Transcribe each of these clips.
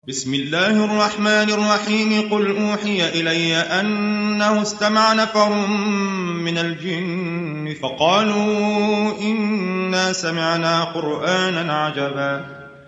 بسم الله الرحمن الرحيم. قل أوحي إلي أنه استمع نفر من الجن فقالوا إنا سمعنا قرآنا عجبا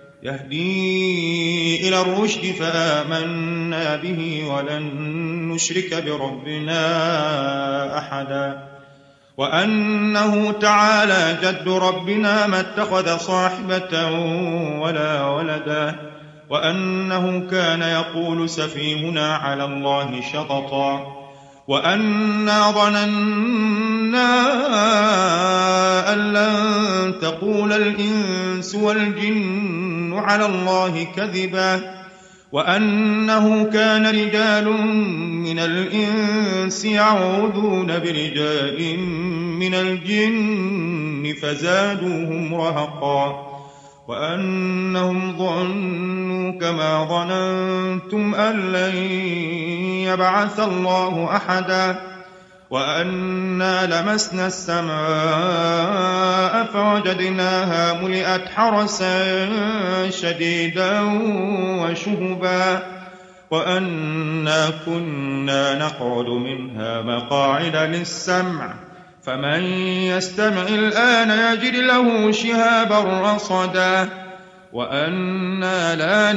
يهدي إلى الرشد فآمنا به ولن نشرك بربنا أحدا وأنه تعالى جد ربنا ما اتخذ صاحبة ولا ولدا وأنه كان يقول سفيهنا على الله شططا وأنا ظننا أن لن تقول الإنس والجن على الله كذبا وأنه كان رجال من الإنس يعوذون برجال من الجن فزادوهم رهقا وأنهم ظنوا كما ظننتم أن لن يبعث الله أحدا وأنا لمسنا السماء فوجدناها ملئت حرسا شديدا وشهبا وأنا كنا نقعد منها مقاعد للسمع فمن يستمع الآن يجد له شهابا رصدا وأنا لا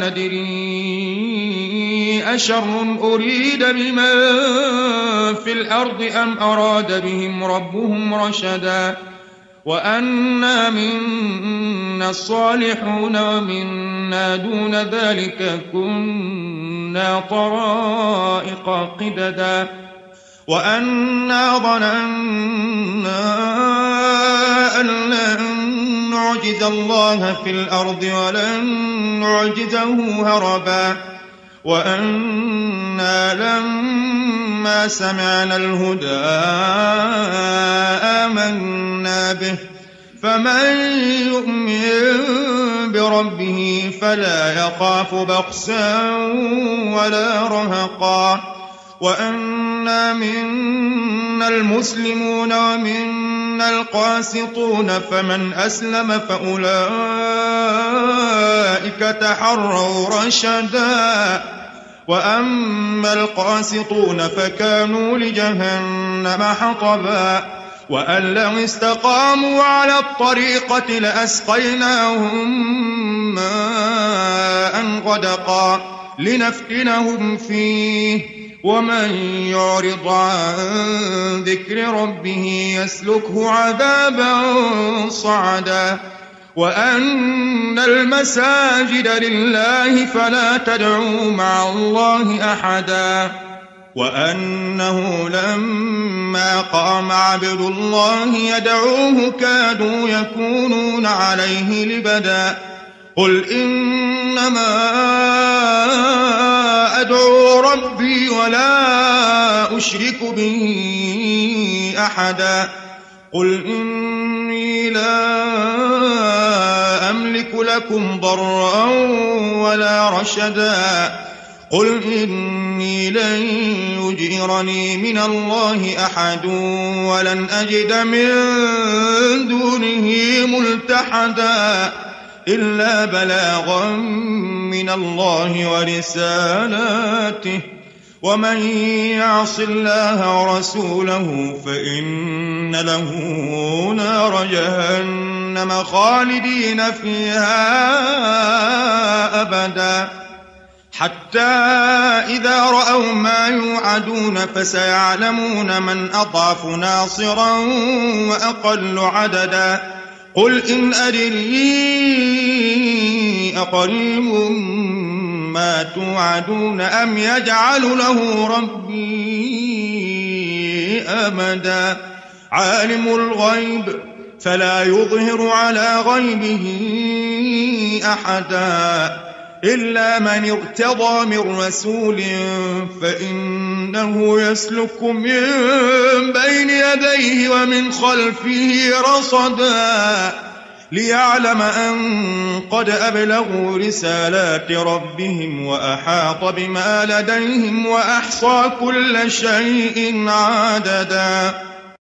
ندري أشر أريد بمن في الأرض أم أراد بهم ربهم رشدا وأنا منا الصالحون ومنا دون ذلك كنا طرائق قددا وأنا ظننا أن لن نعجز الله في الأرض ولن نعجزه هربا وأنا لما سمعنا الهدى آمنا به فمن يؤمن بربه فلا يخاف بخسا ولا رهقا وأنا منا المسلمون ومنا القاسطون فمن أسلم فأولئك تحروا رشدا وأما القاسطون فكانوا لجهنم حطبا وأن لو استقاموا على الطريقة لأسقيناهم ماء غدقا لنفتنهم فيه ومن يعرض عن ذكر ربه يسلكه عذابا صعدا وأن المساجد لله فلا تدعوا مع الله أحدا وأنه لما قام عبد الله يدعوه كادوا يكونون عليه لبدا قل إنما أدعو ربي ولا أشرك به أحدا قل إني لا أملك لكم ضرا ولا رشدا قل إني لن يجيرني من الله أحد ولن أجد من دونه ملتحدا إلا بلاغا من الله ورسالاته ومن يعص الله ورسوله فإن له نار جهنم خالدين فيها أبدا حتى إذا رأوا ما يوعدون فسيعلمون من أضعف ناصرا وأقل عددا قل إن أدري أقريب ما توعدون أم يجعل له ربي أمدا عالم الغيب فلا يظهر على غيبه أحدا إلا من ارتضى من رسول فإنه يسلك من بين يديه ومن خلفه رصدا ليعلم أن قد أبلغوا رسالات ربهم وأحاط بما لديهم وأحصى كل شيء عددا